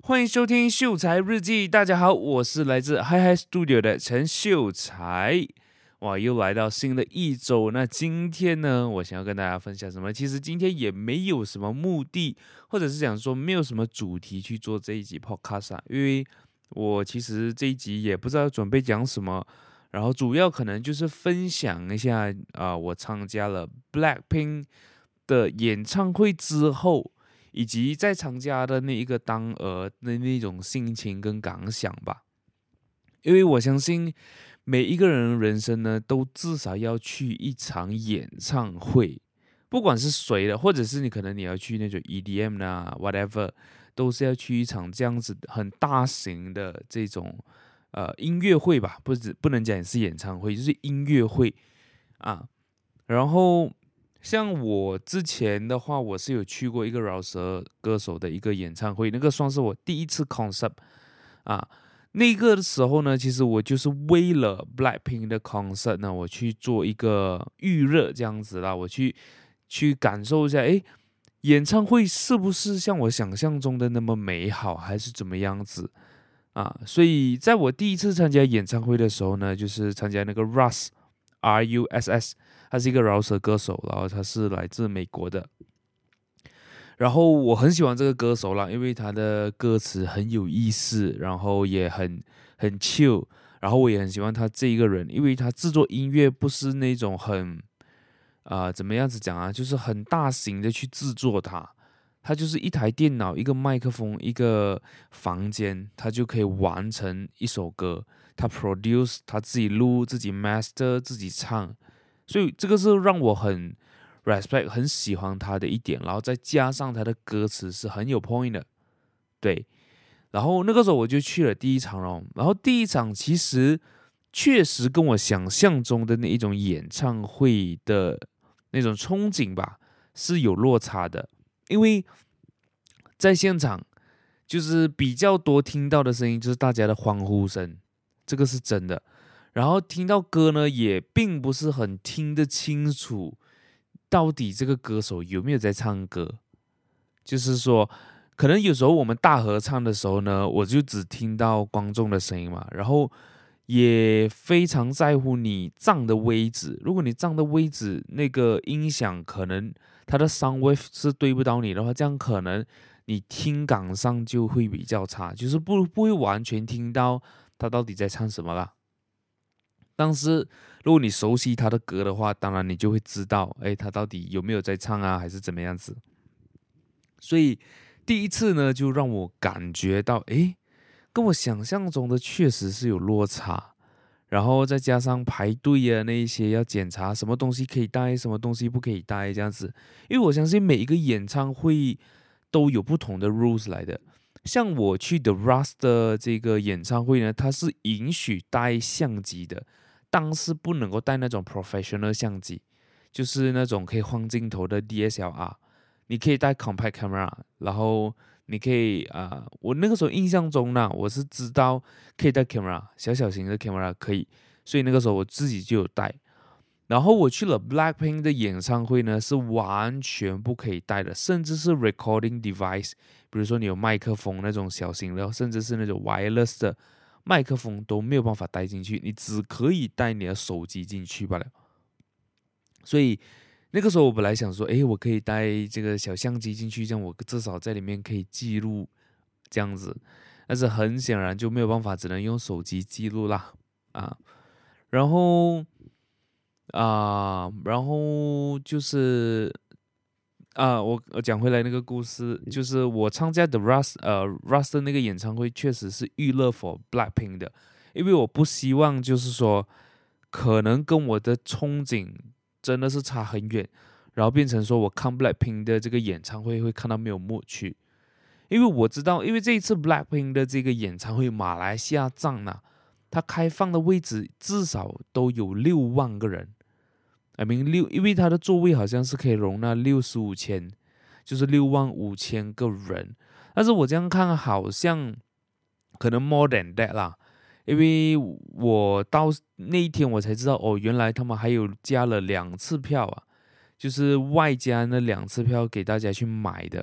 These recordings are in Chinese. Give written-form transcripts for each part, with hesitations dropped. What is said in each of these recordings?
欢迎收听秀才日记。大家好，我是来自 Hi Studio 的陈秀才。哇，又来到新的一周。那今天呢，我想要跟大家分享什么？其实今天也没有什么目的，或者是讲说没有什么主题去做这一集 podcast 啊，因为我其实这一集也不知道准备讲什么，然后主要可能就是分享一下我参加了 Blackpink 的演唱会之后。以及在参加的那一个当儿的那种心情跟感想吧，因为我相信每一个人人生呢，都至少要去一场演唱会，不管是谁的，或者是你可能你要去那种 EDM 啊 whatever，都是要去一场这样子很大型的这种音乐会吧，不能讲是演唱会，就是音乐会啊，然后。像我之前的话，我是有去过一个饶舌歌手的一个演唱会，那个算是我第一次 concept 啊。那个的时候呢，其实我就是为了 Blackpink 的 concert 呢，我去做一个预热这样子啦，我去感受一下，诶，演唱会是不是像我想象中的那么美好，还是怎么样子啊？所以在我第一次参加演唱会的时候呢，就是参加那个 RUSS。他是一个饶舌歌手，然后他是来自美国的。然后我很喜欢这个歌手啦，因为他的歌词很有意思，然后也很 chill，然后我也很喜欢他这一个人，因为他制作音乐不是那种很怎么样子讲啊，就是很大型的去制作它，他就是一台电脑、一个麦克风、一个房间，他就可以完成一首歌。他 produce， 他自己录、自己 master、自己唱。所以这个是让我很 respect 很喜欢他的一点，然后再加上他的歌词是很有 point 的，对。然后那个时候我就去了第一场咯，然后第一场其实确实跟我想象中的那一种演唱会的那种憧憬吧是有落差的，因为在现场就是比较多听到的声音就是大家的欢呼声，这个是真的。然后听到歌呢，也并不是很听得清楚，到底这个歌手有没有在唱歌。就是说，可能有时候我们大合唱的时候呢，我就只听到观众的声音嘛，然后也非常在乎你站的位置。如果你站的位置那个音响可能它的 sound wave 是对不到你的话，这样可能你听感上就会比较差，就是不会完全听到他到底在唱什么啦。但是如果你熟悉他的歌的话，当然你就会知道，哎，他到底有没有在唱啊，还是怎么样子。所以第一次呢，就让我感觉到，哎，跟我想象中的确实是有落差。然后再加上排队啊，那一些要检查什么东西可以带，什么东西不可以带，这样子。因为我相信每一个演唱会都有不同的 rules 来的。像我去的 Rust 的这个演唱会呢，它是允许带相机的。但是不能够带那种 professional 相机，就是那种可以换镜头的 DSLR。你可以带 compact camera， 然后你可以我那个时候印象中呢，我是知道可以带 camera， 小型的 camera 可以，所以那个时候我自己就有带。然后我去了 Blackpink 的演唱会呢，是完全不可以带的，甚至是 recording device， 比如说你有麦克风那种小型的，甚至是那种 wireless 的。麦克风都没有办法带进去，你只可以带你的手机进去罢了。所以那个时候我本来想说，诶，我可以带这个小相机进去，这样我至少在里面可以记录这样子。但是很显然就没有办法，只能用手机记录啦啊。然后就是我讲回来那个故事，就是我参加的 Rust 的那个演唱会，确实是预热 for Blackpink 的，因为我不希望就是说，可能跟我的憧憬真的是差很远，然后变成说我看 Blackpink 的这个演唱会会看到没有默去，因为我知道，因为这一次 Blackpink 的这个演唱会马来西亚站呢，它开放的位置至少都有6万个人。因为它的座位好像是可以容纳65千，就是65000个人。但是我这样看好像可能 more than that 啦，因为我到那一天我才知道，哦，原来他们还有加了2次票啊，就是外加那2次票给大家去买的。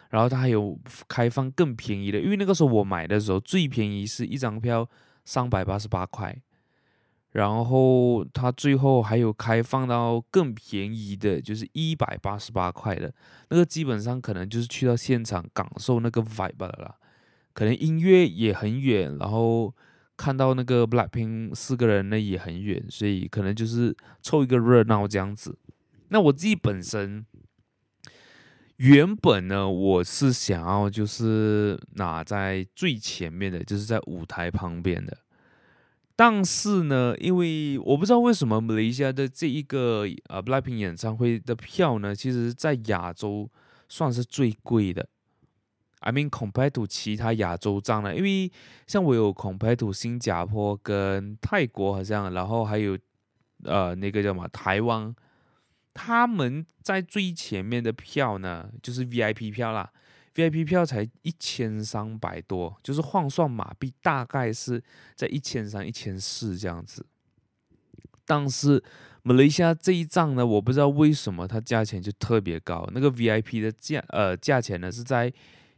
然后它还有开放更便宜的，因为那个时候我买的时候最便宜是一张票388块，然后它最后还有开放到更便宜的，就是188块的，那个基本上可能就是去到现场感受那个 vibe 了啦。可能音乐也很远，然后看到那个 Blackpink 4个人呢也很远，所以可能就是凑一个热闹这样子。那我自己本身原本呢，我是想要就是拿在最前面的，就是在舞台旁边的。但是呢，因为我不知道为什么马来西亚的这一个Blackpink 演唱会的票呢，其实在亚洲算是最贵的。I mean compared to 其他亚洲站呢，因为像我有 compared to 新加坡跟泰国好像，然后还有那个叫什么台湾，他们在最前面的票呢，就是 VIP 票啦，VIP 票才1300多，就是换算马币大概是在1300、1400这样子。但是马来西亚这一站呢，我不知道为什么它价钱就特别高，那个 VIP 的价钱呢是在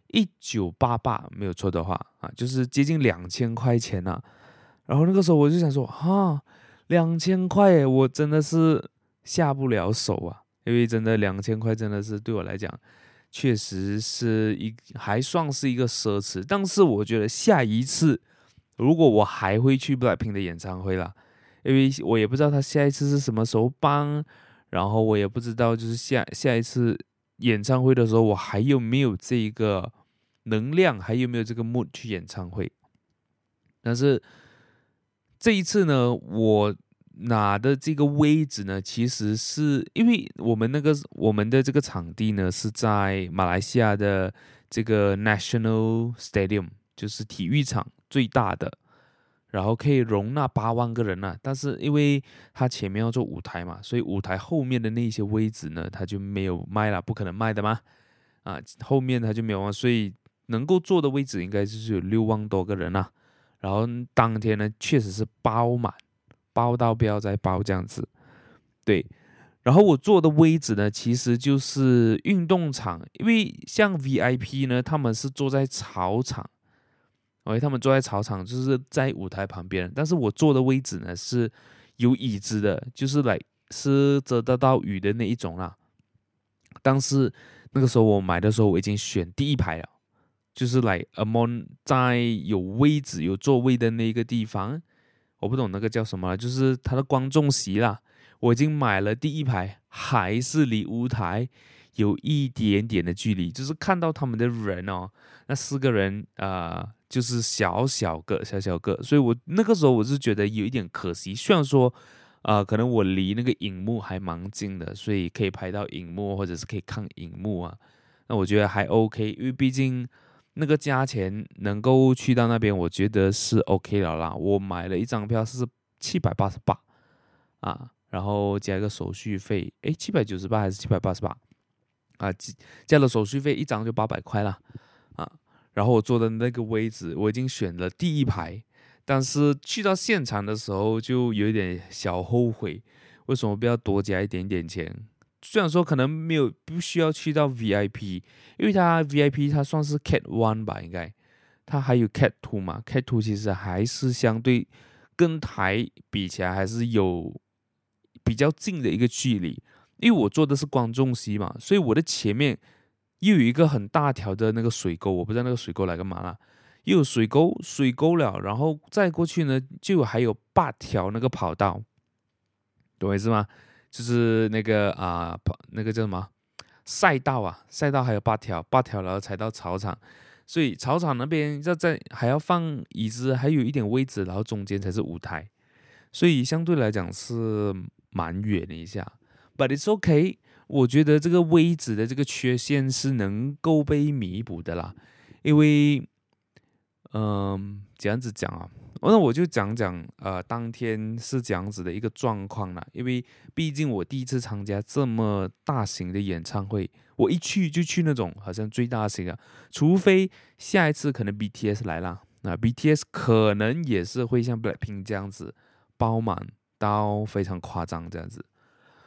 1988，没有错的话啊，就是接近2000块钱啊。然后那个时候我就想说，哈，2000块，我真的是下不了手啊，因为真的2000块真的是对我来讲，确实是还算是一个奢侈。但是我觉得下一次，如果我还会去 Blackpink 的演唱会啦，因为我也不知道他下一次是什么时候办，然后我也不知道就是下一次演唱会的时候，我还有没有这个能量，还有没有这个 mood 去演唱会。但是这一次呢，我拿的这个位置呢，其实是因为我们的这个场地呢是在马来西亚的这个 National Stadium，就是体育场最大的，然后可以容纳8万个人啊。但是因为它前面要做舞台嘛，所以舞台后面的那些位置呢，它就没有卖了，不可能卖的嘛。后面它就没有啊，所以能够坐的位置应该就是有6万多个人啊。然后当天呢，确实是包满，包到不要再包这样子。对，然后我坐的位置呢，其实就是运动场，因为像 VIP 呢，他们是坐在草场，OK，他们坐在草场就是在舞台旁边，但是我坐的位置呢是有椅子的，就是是遮得到雨的那一种啦。但是那个时候我买的时候，我已经选第一排了。就是among 在有位置有座位的那个地方，我不懂那个叫什么了，就是它的观众席啦。我已经买了第一排，还是离舞台有一点点的距离，就是看到他们的人哦，那4个人就是小小个，所以我那个时候我是觉得有一点可惜。虽然说可能我离那个荧幕还蛮近的，所以可以拍到荧幕或者是可以看荧幕啊，那我觉得还 OK，因为毕竟那个价钱能够去到那边，我觉得是 OK 了啦。我买了一张票是788然后加一个手续费，798还是788啊？加了手续费一张就800块啦啊。然后我坐的那个位置我已经选了第一排，但是去到现场的时候就有一点小后悔，为什么不要多加一点点钱？虽然说可能不需要去到 VIP，因为它 VIP 它算是 Cat One 吧，应该它还有 Cat Two 嘛，Cat Two 其实还是相对跟台比起来还是有比较近的一个距离，因为我坐的是观众席嘛，所以我的前面又有一个很大条的那个水沟，我不知道那个水沟来干嘛啦，又有水沟了，然后再过去呢，就还有8条那个跑道，懂我意思吗？就是那个那个叫什么赛道啊，赛道还有8条，然后才到草场，所以草场那边还要放椅子，还有一点位置，然后中间才是舞台，所以相对来讲是蛮远的一下。But it's okay，我觉得这个位置的这个缺陷是能够被弥补的啦，因为这样子讲啊，那我就讲讲当天是这样子的一个状况啦。因为毕竟我第一次参加这么大型的演唱会，我一去就去那种好像最大型的，除非下一次可能 BTS 来啦，那 BTS 可能也是会像 Blackpink 这样子包满到非常夸张这样子。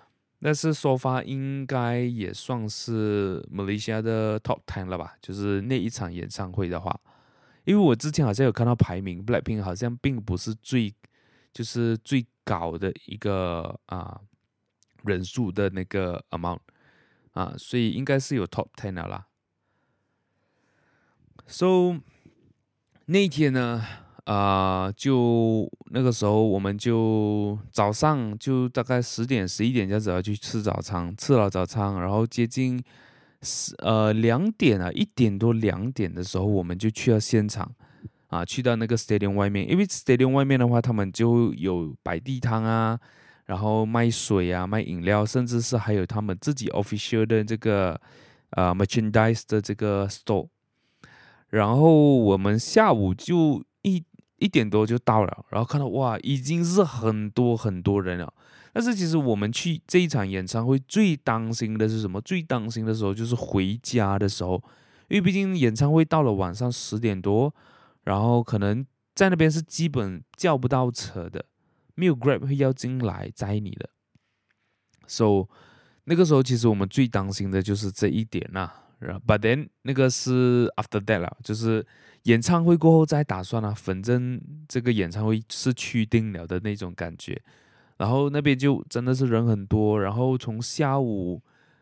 但是说法应该也算是马来西亚的 Top 10了吧？就是那一场演唱会的话，因为我之前好像有看到排名，Blackpink 好像并不是就是最高的一个人数的那个 amount 所以应该是有 Top 10的啦。So 那一天呢，就那个时候我们就早上就大概10点11点这样子要去吃早餐，吃了早餐，然后接近2点1点多2点的时候，我们就去到现场去到那个 stadium 外面，因为 stadium 外面的话，他们就有摆地摊然后卖水卖饮料，甚至是还有他们自己 official 的这个merchandise 的这个 store。然后我们下午就一点多就到了，然后看到哇，已经是很多很多人了。但是其实我们去这一场演唱会最担心的是什么？最担心的时候就是回家的时候，因为毕竟演唱会到了晚上10点多，然后可能在那边是基本叫不到车的，没有 Grab 会要进来载你的。So 那个时候其实我们最担心的就是这一点But then 那个是 after that 了，就是演唱会过后再打算反正这个演唱会是确定了的那种感觉。然后那边就真的是人很多，然后从下午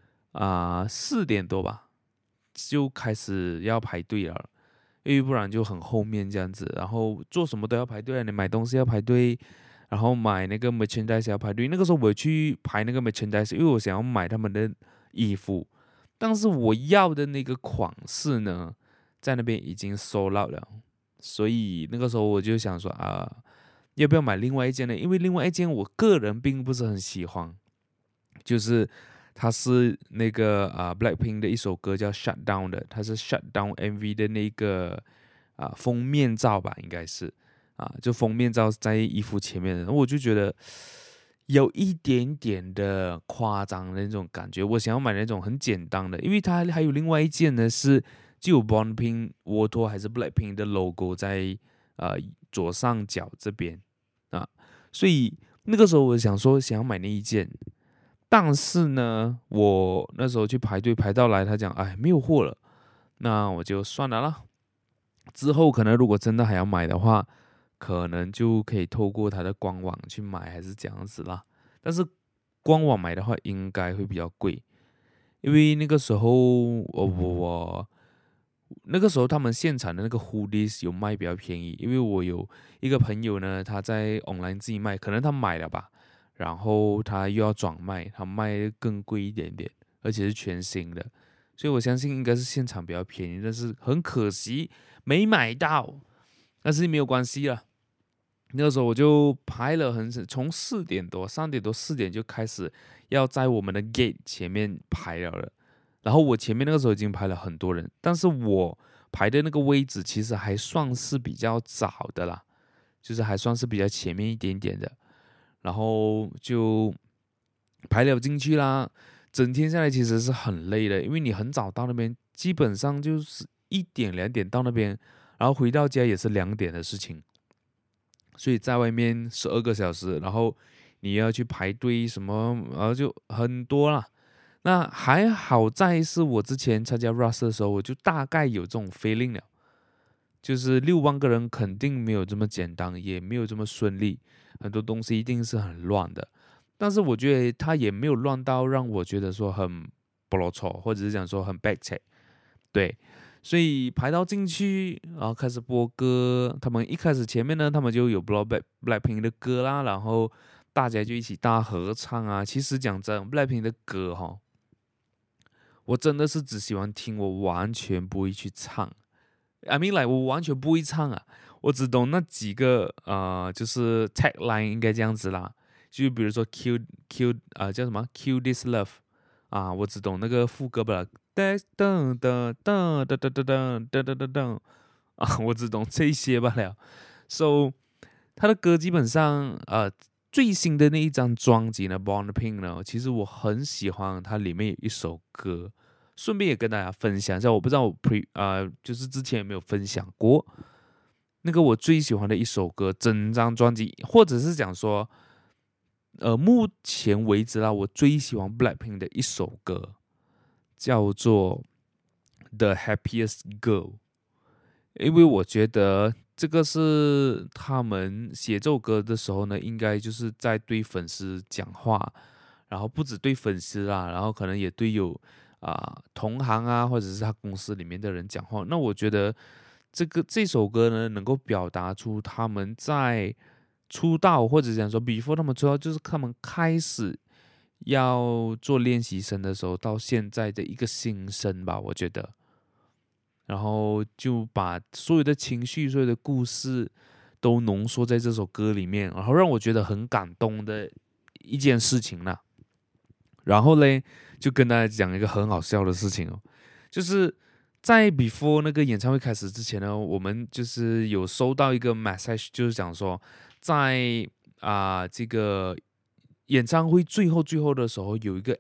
4点多吧就开始要排队了，因为不然就很后面这样子。然后做什么都要排队你买东西要排队，然后买那个 merchandise 要排队。那个时候我去排那个 merchandise，因为我想要买他们的衣服。但是我要的那个款式呢，在那边已经sold out了，所以那个时候我就想说要不要买另外一件呢？因为另外一件我个人并不是很喜欢，就是它是那个Blackpink 的一首歌叫 Shutdown 的，它是 Shutdown MV 的那个封面照吧，应该是就封面照在衣服前面的，我就觉得有一点点的夸张的那种感觉，我想要买那种很简单的，因为它还有另外一件呢，是就有 BLACKPINK 沃托还是 Blackpink 的 logo 在左上角这边所以那个时候我想说想要买那一件，但是呢，我那时候去排队排到来，他讲没有货了，那我就算了啦。之后可能如果真的还要买的话，可能就可以透过它的官网去买，还是这样子啦。但是官网买的话，应该会比较贵，因为那个时候我那个时候他们现场的那个 hoodies 有卖比较便宜，因为我有一个朋友呢，他在 online 自己卖，可能他买了吧，然后他又要转卖，他卖更贵一点点，而且是全新的，所以我相信应该是现场比较便宜，但是很可惜没买到，但是没有关系了。那个时候我就排了从4点多、3点多、4点就开始要在我们的 gate 前面排了。然后我前面那个时候已经排了很多人，但是我排的那个位置其实还算是比较早的啦，就是还算是比较前面一点点的。然后就排了进去啦。整天下来其实是很累的，因为你很早到那边，基本上就是1点2点到那边，然后回到家也是2点的事情。所以在外面12个小时，然后你要去排队什么，然后就很多啦。那还好在是我之前参加 Rust 的时候，我就大概有这种 feeling 了，就是6万个人肯定没有这么简单，也没有这么顺利，很多东西一定是很乱的。但是我觉得他也没有乱到让我觉得说很不罗错，或者是讲说很 backcheck， 对。所以排到进去，然后开始播歌。他们一开始前面呢，他们就有 Blackpink 的歌啦，然后大家就一起大合唱其实讲真，Blackpink 的歌我真的是只喜欢听，我完全不会去唱。I mean like 我完全不会唱我只懂那几个就是 tagline 应该这样子啦，就比如说 Q 叫什么 Q this love 我只懂那个副歌吧，噔噔噔噔噔噔噔噔噔噔噔我只懂这些罢了。So 他的歌基本上最新的那一张专辑呢 Born Pink 呢，其实我很喜欢它里面有一首歌，顺便也跟大家分享一下。我不知道我就是之前有没有分享过那个我最喜欢的一首歌，整张专辑，或者是讲说目前为止啦，我最喜欢 Blackpink 的一首歌叫做《The Happiest Girl》，因为我觉得这个是他们写这首歌的时候呢，应该就是在对粉丝讲话，然后不止对粉丝啦，然后可能也对有同行啊，或者是他公司里面的人讲话。那我觉得这首歌呢，能够表达出他们在出道，或者讲说 before 他们出道，就是他们开始要做练习生的时候，到现在的一个心声吧，我觉得。然后就把所有的情绪、所有的故事都浓缩在这首歌里面，然后让我觉得很感动的一件事情啦。然后嘞，就跟大家讲一个很好笑的事情哦，就是在 before 那个演唱会开始之前呢，我们就是有收到一个 message，就是讲说，在这个演唱会最后的时候，有一个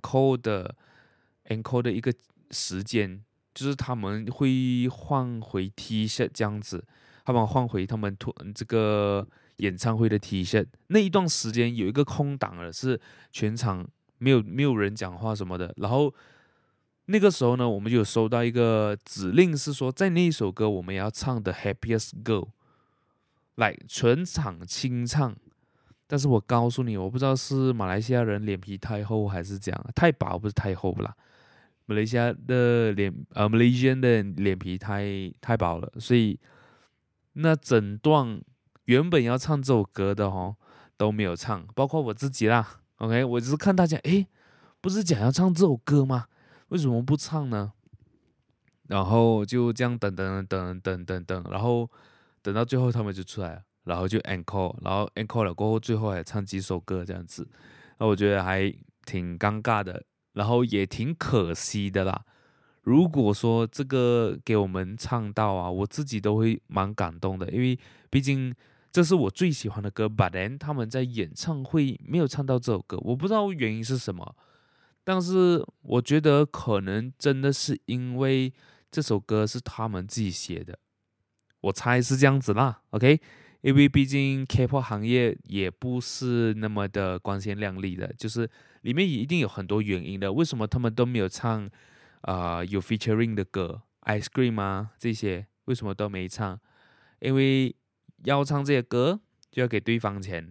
encore 的一个时间，就是他们会换回 T 恤这样子，他们换回他们这个演唱会的 T 恤，那一段时间有一个空档了，是全场没有人讲话什么的，然后那个时候呢，我们就有收到一个指令，是说在那一首歌我们也要唱的 Happiest Girl， 来全场清唱。但是我告诉你，我不知道是马来西亚人脸皮太厚还是这样，太薄不是太厚啦。马来西亚的Malaysian 的脸皮太薄了，所以那整段原本要唱这首歌的都没有唱，包括我自己啦。OK， 我只是看大家，诶，不是讲要唱这首歌吗？为什么不唱呢？然后就这样等，然后等到最后他们就出来了，然后就 encore， 然后 encore 了过后，最后还唱几首歌这样子，那我觉得还挺尴尬的，然后也挺可惜的啦。如果说这个给我们唱到我自己都会蛮感动的，因为毕竟这是我最喜欢的歌，but then 他们在演唱会没有唱到这首歌，我不知道原因是什么，但是我觉得可能真的是因为这首歌是他们自己写的，我猜是这样子啦，OK？因为毕竟 K-pop 行业也不是那么的光鲜亮丽的，就是里面也一定有很多原因的。为什么他们都没有唱有 featuring 的歌，Ice Cream 这些为什么都没唱？因为要唱这些歌就要给对方钱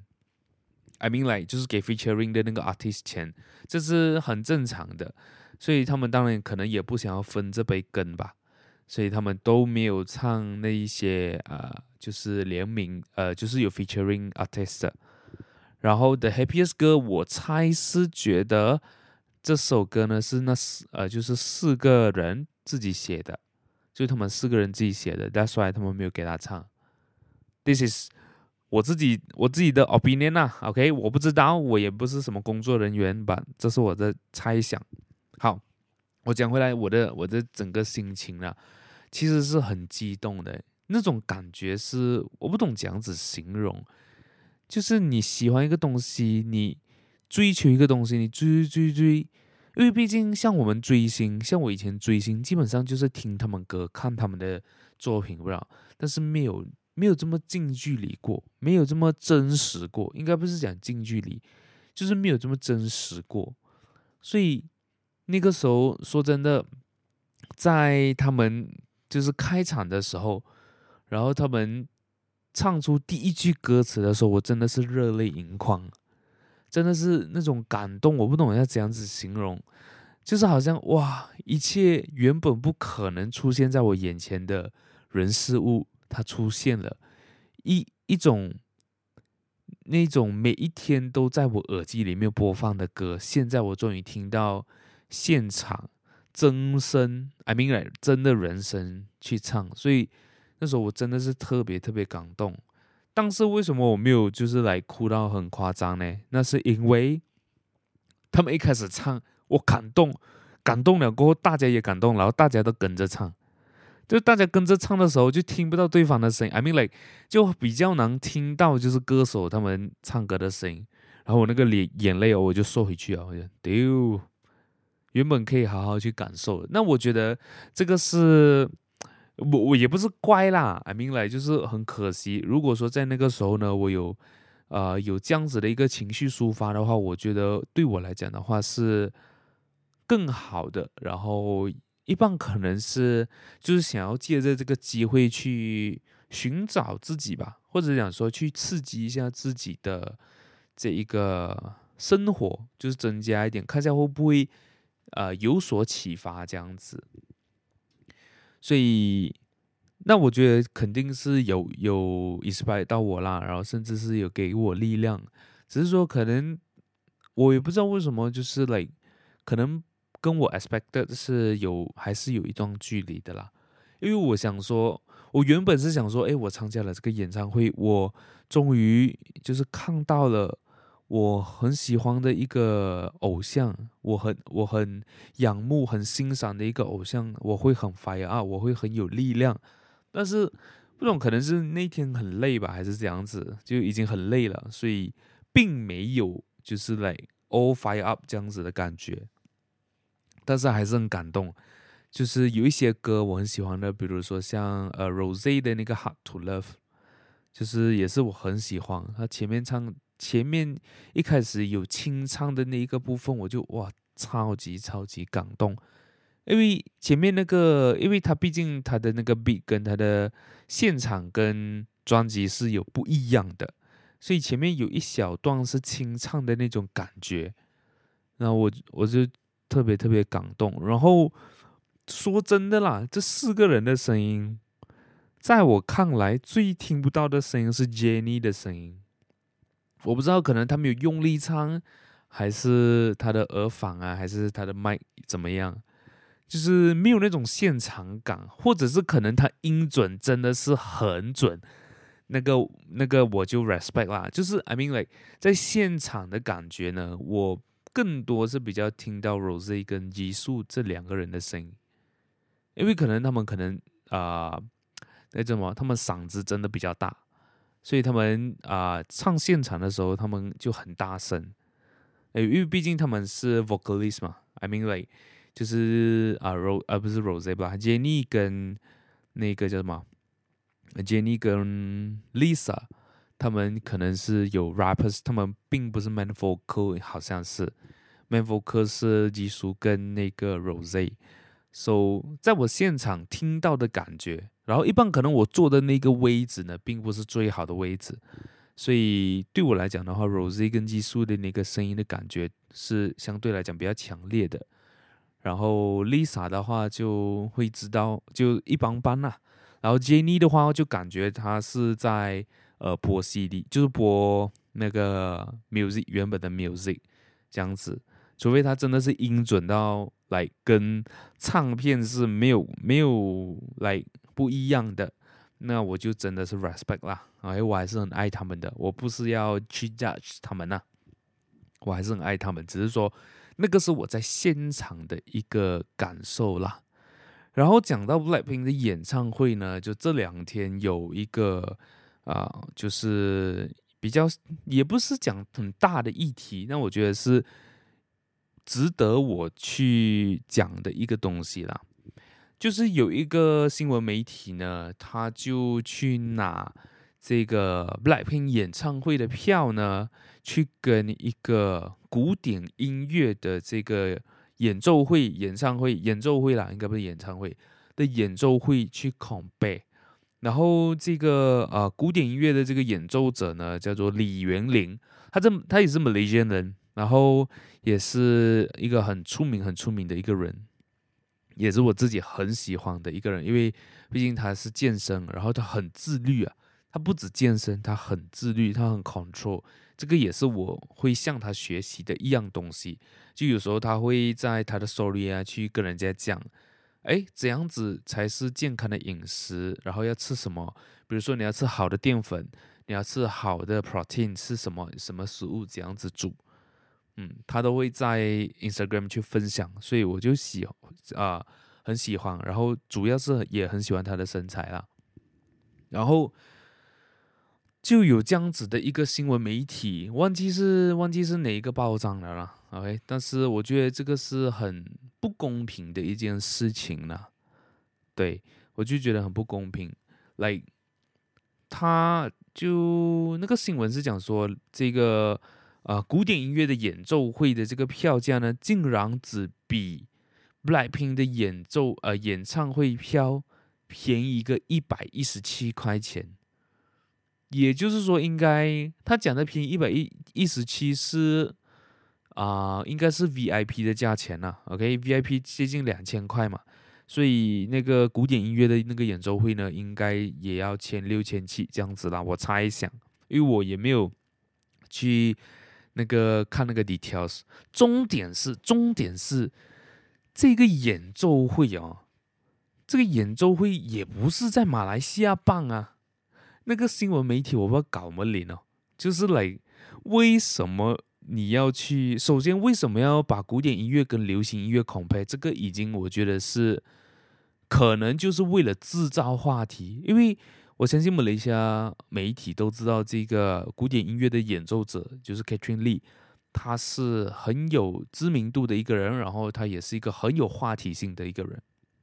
，I mean like 就是给 featuring 的那个 artist 钱，这是很正常的。所以他们当然可能也不想要分这杯羹吧。所以他们都没有唱那一些就是联名就是有 featuring artist 的。然后 The Happiest Girl， 我猜是觉得这首歌呢是就是4个人自己写的，就他们4个人自己写的 ，That's why 他们没有给他唱。This is 我自己的 opinion 啦，OK， 我不知道，我也不是什么工作人员吧，这是我的猜想。好，我讲回来我的整个心情啦，其实是很激动的，那种感觉是我不懂怎样子形容，就是你喜欢一个东西，你追求一个东西，你追，因为毕竟像我们追星，像我以前追星，基本上就是听他们歌，看他们的作品，不知道，但是没有这么近距离过，没有这么真实过，应该不是讲近距离，就是没有这么真实过，所以那个时候说真的，在他们就是开场的时候，然后他们唱出第一句歌词的时候，我真的是热泪盈眶，真的是那种感动，我不懂要怎样子形容，就是好像哇，一切原本不可能出现在我眼前的人事物，它出现了，一种那种每一天都在我耳机里面播放的歌，现在我终于听到现场真声，I mean like 真的人声去唱，所以那时候我真的是特别特别感动。但是为什么我没有就是来哭到很夸张呢？那是因为他们一开始唱，我感动了过后，大家也感动，然后大家都跟着唱。就大家跟着唱的时候，就听不到对方的声音。I mean like 就比较难听到就是歌手他们唱歌的声音。然后我那个眼泪我就收回去啊，我就丢。原本可以好好去感受的，那我觉得这个是我也不是乖啦，I mean like 就是很可惜。如果说在那个时候呢，我有有这样子的一个情绪抒发的话，我觉得对我来讲的话是更好的。然后一半可能是就是想要借着这个机会去寻找自己吧，或者讲说去刺激一下自己的这一个生活，就是增加一点，看一下会不会有所启发这样子。所以那我觉得肯定是有 inspire 到我啦，然后甚至是有给我力量，只是说可能我也不知道为什么，就是 like 可能跟我 expected 还是有一段距离的啦。因为我想说，我原本是想说，诶，我参加了这个演唱会，我终于就是看到了我很喜欢的一个偶像，我很仰慕、很欣赏的一个偶像，我会很 fire up，我会很有力量。但是不懂可能是那天很累吧，还是这样子，就已经很累了，所以并没有就是 like all fire up 这样子的感觉。但是还是很感动，就是有一些歌我很喜欢的，比如说像Rose 的那个 Hard to Love，就是也是我很喜欢。他前面一开始有清唱的那一个部分，我就哇超级超级感动。因为前面那个，因为他毕竟他的那个 beat 跟他的现场跟专辑是有不一样的，所以前面有一小段是清唱的那种感觉，然后我就特别特别感动。然后说真的啦，这四个人的声音，在我看来最听不到的声音是 Jennie 的声音。我不知道，可能他没有用力唱，还是他的耳返啊，还是他的麦怎么样，就是没有那种现场感，或者是可能他音准真的是很准。那个我就 respect 啦，就是 I mean like 在现场的感觉呢，我更多是比较听到 Rose 跟激素这两个人的声音，因为可能他们可能那怎么，他们嗓子真的比较大，所以他们唱现场的时候，他们就很大声。因为毕竟他们是 vocalist 嘛，I mean like 就是不是 Rose 吧，Jennie 跟那个叫什么，Jennie 跟 Lisa，他们可能是有 rappers，他们并不是 man vocal，好像是 man vocal 是基叔跟那个 Rose。So 在我现场听到的感觉，然后一般可能我坐的那个位置呢，并不是最好的位置，所以对我来讲的话，Rose 跟基叔的那个声音的感觉是相对来讲比较强烈的。然后 Lisa 的话就会知道就一般般啦。然后 Jennie 的话就感觉她是在播 CD，就是播那个 music 原本的 music 这样子，除非她真的是音准到来跟唱片是没有来不一样的，那我就真的是 respect 啦。我还是很爱他们的，我不是要去 judge 他们呐，我还是很爱他们，只是说那个是我在现场的一个感受啦。然后讲到 BLACKPINK 的演唱会呢，就这2天有一个就是比较也不是讲很大的议题，那我觉得是值得我去讲的一个东西啦。就是有一个新闻媒体呢，他就去拿这个 BLACKPINK 演唱会的票呢，去跟一个古典音乐的这个演奏会啦，应该不是演唱会的演奏会去 compare。然后这个古典音乐的这个演奏者呢，叫做李元林，他也是 Malaysian 人，然后也是一个很出名的一个人，也是我自己很喜欢的一个人，因为毕竟他是健身，然后他很自律啊，他不止健身，他很自律，他很 control，这个也是我会向他学习的一样东西。就有时候他会在他的 story 去跟人家讲，哎，怎样子才是健康的饮食，然后要吃什么，比如说你要吃好的淀粉，你要吃好的 protein，吃什么什么食物，怎样子煮。他都会在 Instagram 去分享，所以我就很喜欢，然后主要是也很喜欢他的身材啦。然后就有这样子的一个新闻媒体，忘记是哪一个报章了啦。OK， 但是我觉得这个是很不公平的一件事情啦。对，我就觉得很不公平。Like 他就那个新闻是讲说，这个古典音乐的演奏会的这个票价呢，竟然只比 BLACKPINK 的演唱会票便宜个117块钱。也就是说，应该他讲的便宜117是应该是 VIP 的价钱啦。OK，VIP 接近2000块嘛，所以那个古典音乐的那个演奏会呢，应该也要1600-1700这样子啦。我猜想，因为我也没有去那个看那个 details。重点是这个演奏会这个演奏会也不是在马来西亚办啊。那个新闻媒体我不知道搞什么脸就是为什么你要去？首先，为什么要把古典音乐跟流行音乐 compare？这个已经我觉得是可能就是为了制造话题，因为我相信马来西亚媒体都知道这个古典音乐的演奏者就是 Catherine Lee，他是很有知名度的一个人，然后他也是一个很有话题性的一个人。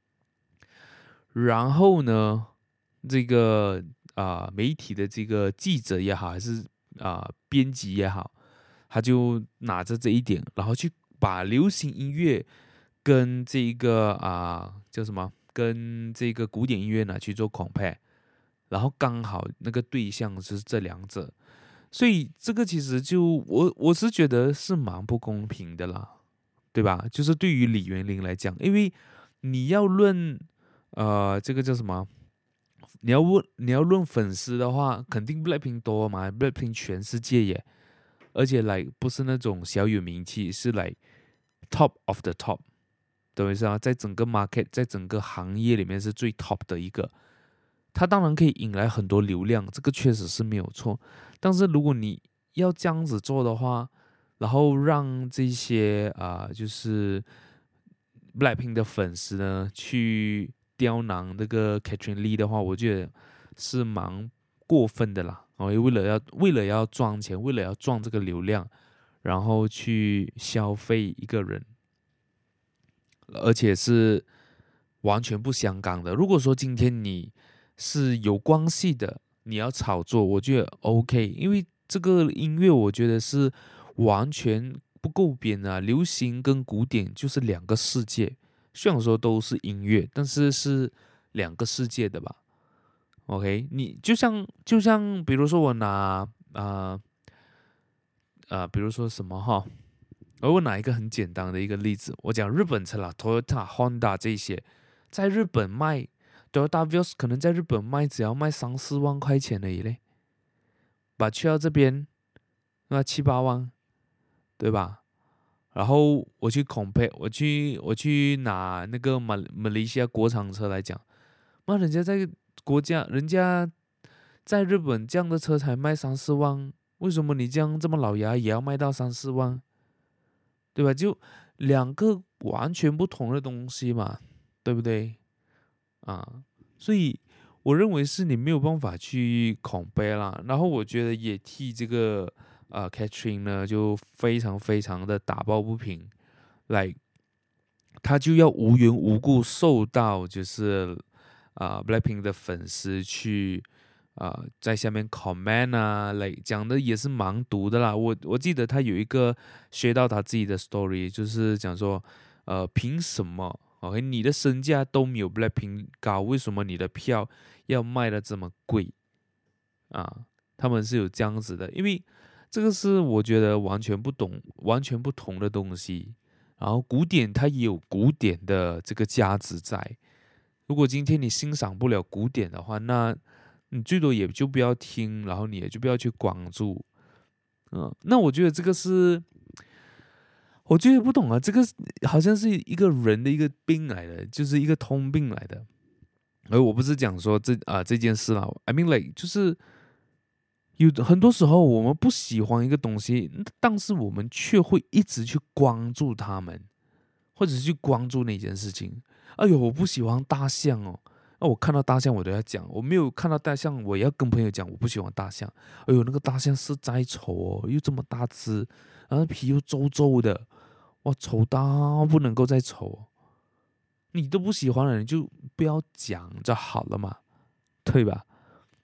然后呢，这个媒体的这个记者也好，还是编辑也好，他就拿着这一点，然后去把流行音乐跟这个叫什么，跟这个古典音乐呢去做 compare，然后刚好那个对象就是这两者，所以这个其实就我是觉得是蛮不公平的啦，对吧？就是对于李元林来讲，因为你要论这个叫什么？你要论粉丝的话，肯定 BLACKPINK 多嘛，BLACKPINK 全世界耶，而且不是那种小有名气，是top of the top，懂我意思啊？在整个 market， 在整个行业里面是最 top 的一个，它当然可以引来很多流量，这个确实是没有错。但是如果你要这样子做的话，然后让这些就是 BLACKPINK 的粉丝呢去刁难那个 Catherine Lee 的话，我觉得是蛮过分的啦。为了要赚钱，为了要赚这个流量，然后去消费一个人，而且是完全不相干的。如果说今天你是有关系的，你要炒作，我觉得 OK，因为这个音乐我觉得是完全不够边啊。流行跟古典就是两个世界，虽然说都是音乐，但是是两个世界的吧。OK，你就像比如说我拿比如说什么哈，而我拿一个很简单的一个例子，我讲日本车啦，Toyota、Honda 这些，在日本卖 Toyota Vios 可能在日本只要卖3-4万块钱而已嘞，把去到这边那7-8万，对吧？然后我去 compare，我去拿那个马来西亚国产车来讲，那人家在日本这样的车才卖3-4万，为什么你这么老牙也要卖到3-4万？对吧？就两个完全不同的东西嘛，对不对？所以我认为是你没有办法去 compare 啦。然后我觉得也替这个Catherine 呢就非常非常的打抱不平，他就要无缘无故受到就是BLACKPINK 的粉丝去在下面 comment 讲的也是蛮毒的啦。我记得他有一个学到他自己的 story，就是讲说凭什么？OK，你的身价都没有 BLACKPINK 高，为什么你的票要卖的这么贵他们是有这样子的，因为这个是我觉得完全不同的东西。然后古典它也有古典的这个价值在。如果今天你欣赏不了古典的话，那你最多也就不要听，然后你也就不要去关注。那我觉得这个是，我觉得不懂这个好像是一个人的一个病来的，就是一个通病来的。而我不是讲说这件事啦，I mean 就是有很多时候我们不喜欢一个东西，但是我们却会一直去关注他们，或者是去关注那件事情。哎呦，我不喜欢大象哦，我看到大象我都要讲，我没有看到大象我也要跟朋友讲我不喜欢大象。哎呦，那个大象是在丑哦，又这么大只，然后皮又皱皱的，哇，丑到不能够再丑。你都不喜欢的人就不要讲就好了嘛，对吧？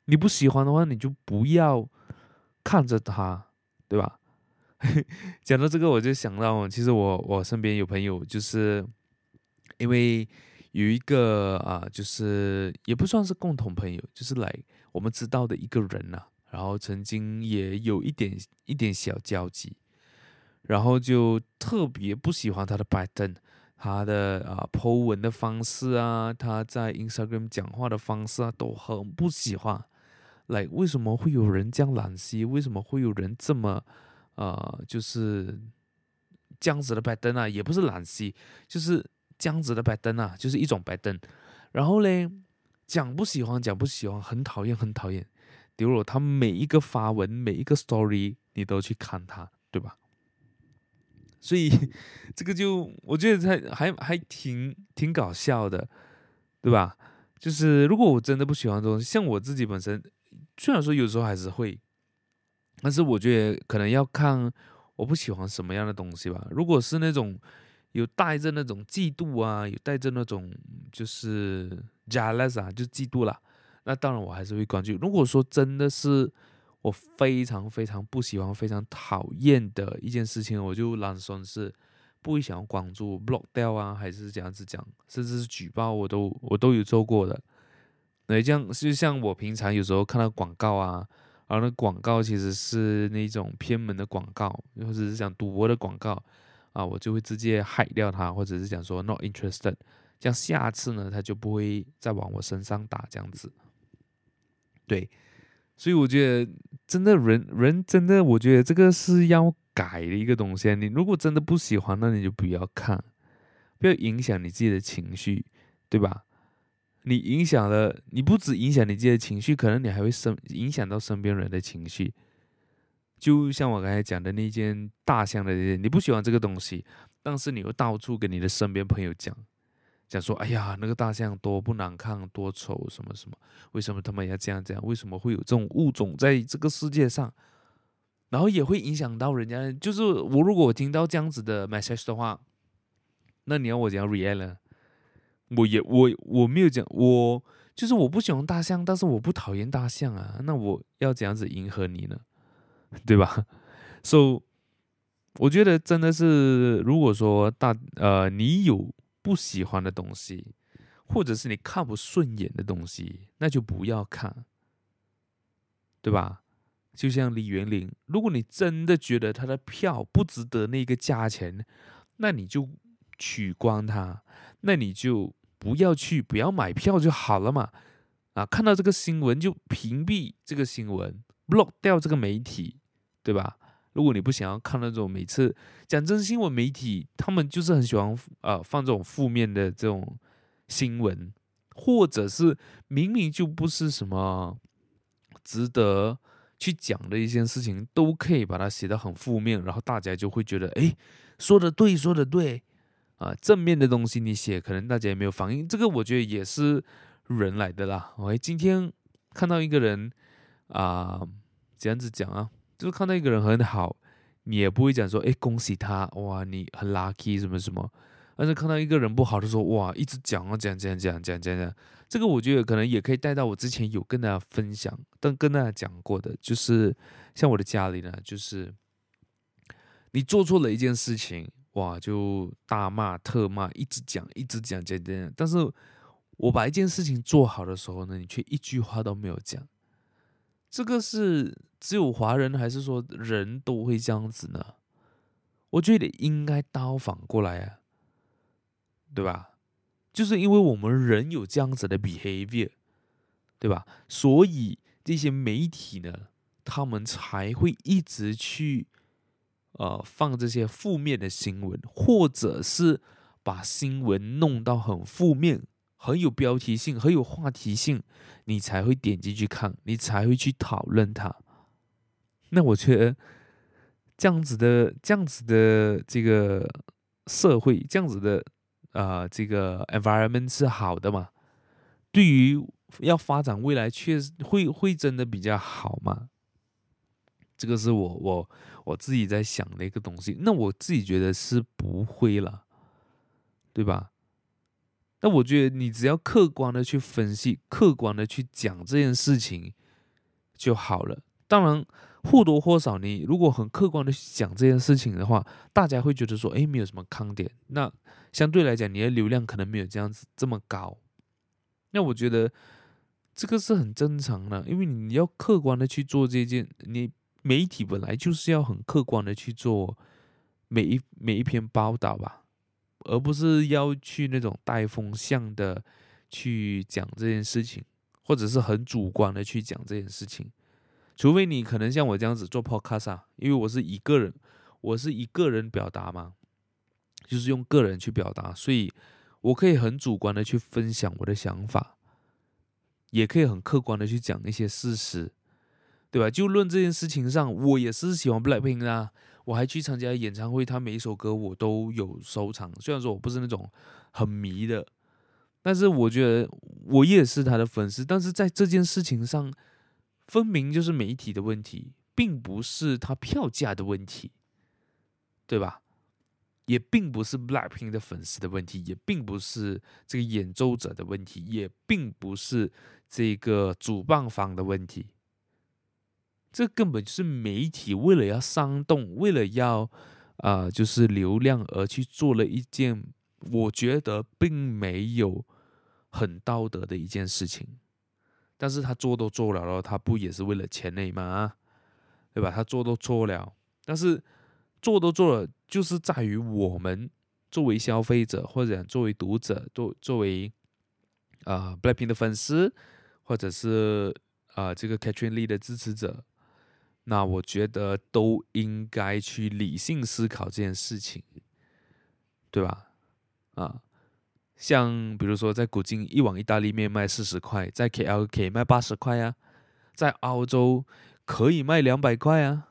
你不喜欢的话，你就不要看着他，对吧？讲到这个，我就想到，其实我身边有朋友，就是因为有一个就是也不算是共同朋友，就是来我们知道的一个人呐、然后曾经也有一点小交集，然后就特别不喜欢他的拜登，他的po 文的方式啊，他在 Instagram 讲话的方式啊，都很不喜欢。来，为什么会有人这样懒兮？为什么会有人这么就是这样子的拜登啊？也不是懒兮，就是这样子的拜登啊，就是一种拜登。然后嘞，讲不喜欢，讲不喜欢，很讨厌，很讨厌。比如他每一个发文，每一个 story，你都去看他，对吧？所以这个就我觉得还挺搞笑的，对吧？就是如果我真的不喜欢这东西，像我自己本身，虽然说有时候还是会，但是我觉得可能要看我不喜欢什么样的东西吧。如果是那种有带着那种嫉妒啊，有带着那种就是 jealous 啊，就嫉妒啦，那当然我还是会关注。如果说真的是我非常非常不喜欢、非常讨厌的一件事情，我就懒算是不会想要关注、block 掉啊，还是这样子讲，甚至是举报，我都有做过的。那这样就像我平常有时候看到广告啊，然后那广告其实是那种偏门的广告，或者是讲赌博的广告啊，我就会直接 hide 掉它，或者是讲说 not interested，这样下次呢他就不会再往我身上打这样子。对，所以我觉得真的人真的，我觉得这个是要改的一个东西啊。你如果真的不喜欢，那你就不要看，不要影响你自己的情绪，对吧？你影响了，你不止影响你自己的情绪，可能你还会影响到身边人的情绪。就像我刚才讲的那件大象的那件，你不喜欢这个东西，但是你又到处跟你的身边朋友讲说，哎呀，那个大象多不难看，多丑，什么什么，为什么他们要这样这样？为什么会有这种物种在这个世界上？然后也会影响到人家。就是我如果我听到这样子的 message 的话，那你要我怎样 react 呢？我没有讲，我就是我不喜欢大象，但是我不讨厌大象啊，那我要怎样子迎合你呢？对吧？So 我觉得真的是，如果说你有不喜欢的东西，或者是你看不顺眼的东西，那就不要看，对吧？就像李元林，如果你真的觉得他的票不值得那个价钱，那你就取关他，那你就不要去，不要买票就好了嘛。啊，看到这个新闻就屏蔽这个新闻，block 掉这个媒体，对吧？如果你不想要看那种每次讲真新闻媒体，他们就是很喜欢放这种负面的这种新闻，或者是明明就不是什么值得去讲的一件事情，都可以把它写得很负面，然后大家就会觉得，哎，说的对，说的对啊，正面的东西你写，可能大家也没有反应，这个我觉得也是人来的啦。OK，今天看到一个人啊，这样子讲啊，就是看到一个人很好，你也不会讲说，哎，恭喜他，哇，你很 lucky 什么什么。但是看到一个人不好的时候，哇，一直讲啊讲，这个我觉得可能也可以带到我之前有跟大家分享，但跟大家讲过的，就是像我的家里呢，就是你做错了一件事情，哇，就大骂特骂，一直讲，一直讲。但是我把一件事情做好的时候呢，你却一句话都没有讲。这个是只有华人，还是说人都会这样子呢？我觉得应该倒反过来啊，对吧？就是因为我们人有这样子的 behavior，对吧？所以这些媒体呢，他们才会一直去放这些负面的新闻，或者是把新闻弄到很负面、很有标题性、很有话题性，你才会点进去看，你才会去讨论它。那我觉得这样子的这个社会，这样子的这个 environment 是好的嘛？对于要发展未来，确实会真的比较好嘛？这个是我自己在想的一个东西。那我自己觉得是不会了，对吧？那我觉得你只要客观的去分析，客观的去讲这件事情， 就好了。当然，或多或少，你如果很客观的讲这件事情的话，大家会觉得说，诶，没有什么看点。那相对来讲，你的流量可能没有这样子这么高。那我觉得这个是很正常的，因为你要客观的去做这件，你媒体本来就是要很客观的去做每一篇报道吧，而不是要去那种带风向的去讲这件事情，或者是很主观的去讲这件事情。除非你可能像我这样子做 podcast 啊，因为我是以个人表达嘛，就是用个人去表达，所以我可以很主观的去分享我的想法，也可以很客观的去讲一些事实，对吧？就论这件事情上，我也是喜欢 Blackpink 啦，我还去参加演唱会，他每一首歌我都有收藏。虽然说我不是那种很迷的，但是我觉得我也是他的粉丝。但是在这件事情上，分明就是媒体的问题，并不是他票价的问题，对吧？也并不是 Blackpink 的粉丝的问题，也并不是这个演奏者的问题，也并不是这个主办方的问题。这根本就是媒体为了要煽动，为了要就是流量而去做了一件我觉得并没有很道德的一件事情。但是他做都做了，他不也是为了钱内吗？对吧？他做都做了，但是做都做了，就是在于我们作为消费者，或者作为读者，作为Blackpink 的粉丝，或者是这个 Catherine Lee 的支持者，那我觉得都应该去理性思考这件事情，对吧？啊，像比如说在古今一碗意大利面卖40块，在 KL 可以卖80块啊，在澳洲可以卖200块啊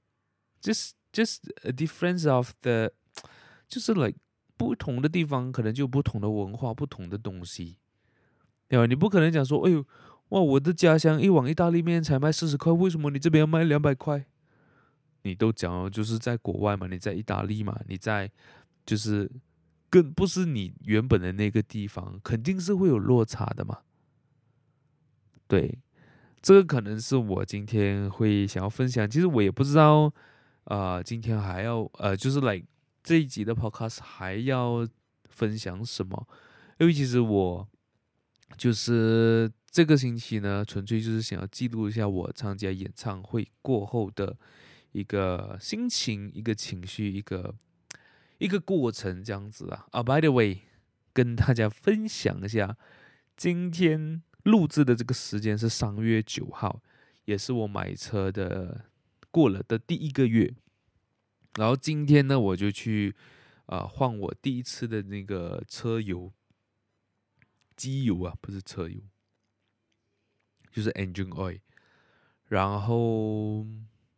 ，just a difference of the， 就是 like 不同的地方可能就有不同的文化，不同的东西，对吧？你不可能讲说，哎呦，哇，我的家乡一碗意大利面才卖40块，为什么你这边要卖200块？你都讲了，就是在国外嘛，你在意大利嘛，你在就是更不是你原本的那个地方，肯定是会有落差的嘛。对，这个可能是我今天会想要分享。其实我也不知道，今天还要就是来这一集的 podcast 还要分享什么？因为其实我就是这个星期呢，纯粹就是想要记录一下我参加演唱会过后的一个心情、一个情绪、一个过程这样子啊。By the way，跟大家分享一下，今天录制的这个时间是3月9号，也是我买车的过了的第一个月。然后今天呢，我就去换我第一次的那个车油。机油啊，不是车油，就是 engine oil。然后，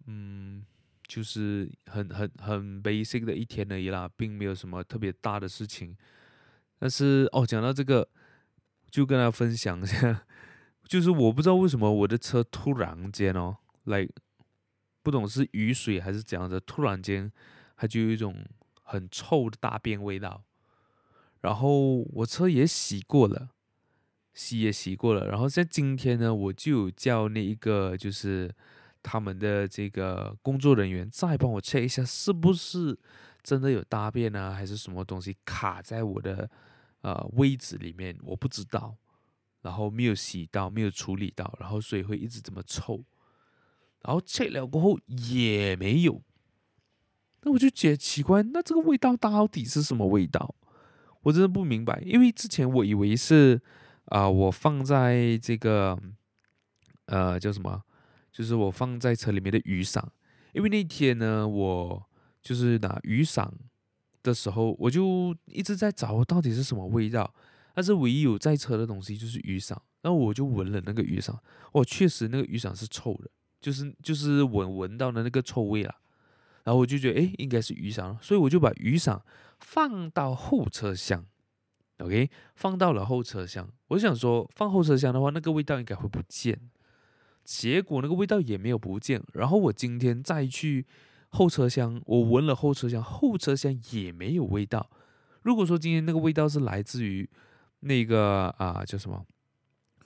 就是很 basic 的一天而已啦，并没有什么特别大的事情。但是讲到这个，就跟大家分享一下，就是我不知道为什么我的车突然间来不懂是雨水还是怎样的，突然间它就有一种很臭的大便味道。然后我车也洗过了，然后在今天呢，我就有叫那一个就是他们的这个工作人员再帮我 check 一下，是不是真的有大便啊，还是什么东西卡在我的位置里面，我不知道。然后没有洗到，没有处理到，然后所以会一直这么臭。然后 check 了过后也没有，那我就觉得奇怪，那这个味道到底是什么味道？我真的不明白，因为之前我以为是我放在这个叫什么，就是我放在车里面的雨伞，因为那天呢，我就是拿雨伞的时候，我就一直在找到底是什么味道，但是唯一有在车的东西就是雨伞，然后我就闻了那个雨伞，确实那个雨伞是臭的，就是闻到的那个臭味啦。然后我就觉得，应该是雨伞，所以我就把雨伞放到后车厢，OK，放到了后车厢。我想说，放后车厢的话，那个味道应该会不见。结果那个味道也没有不见。然后我今天再去后车厢，我闻了后车厢，后车厢也没有味道。如果说今天那个味道是来自于那个叫什么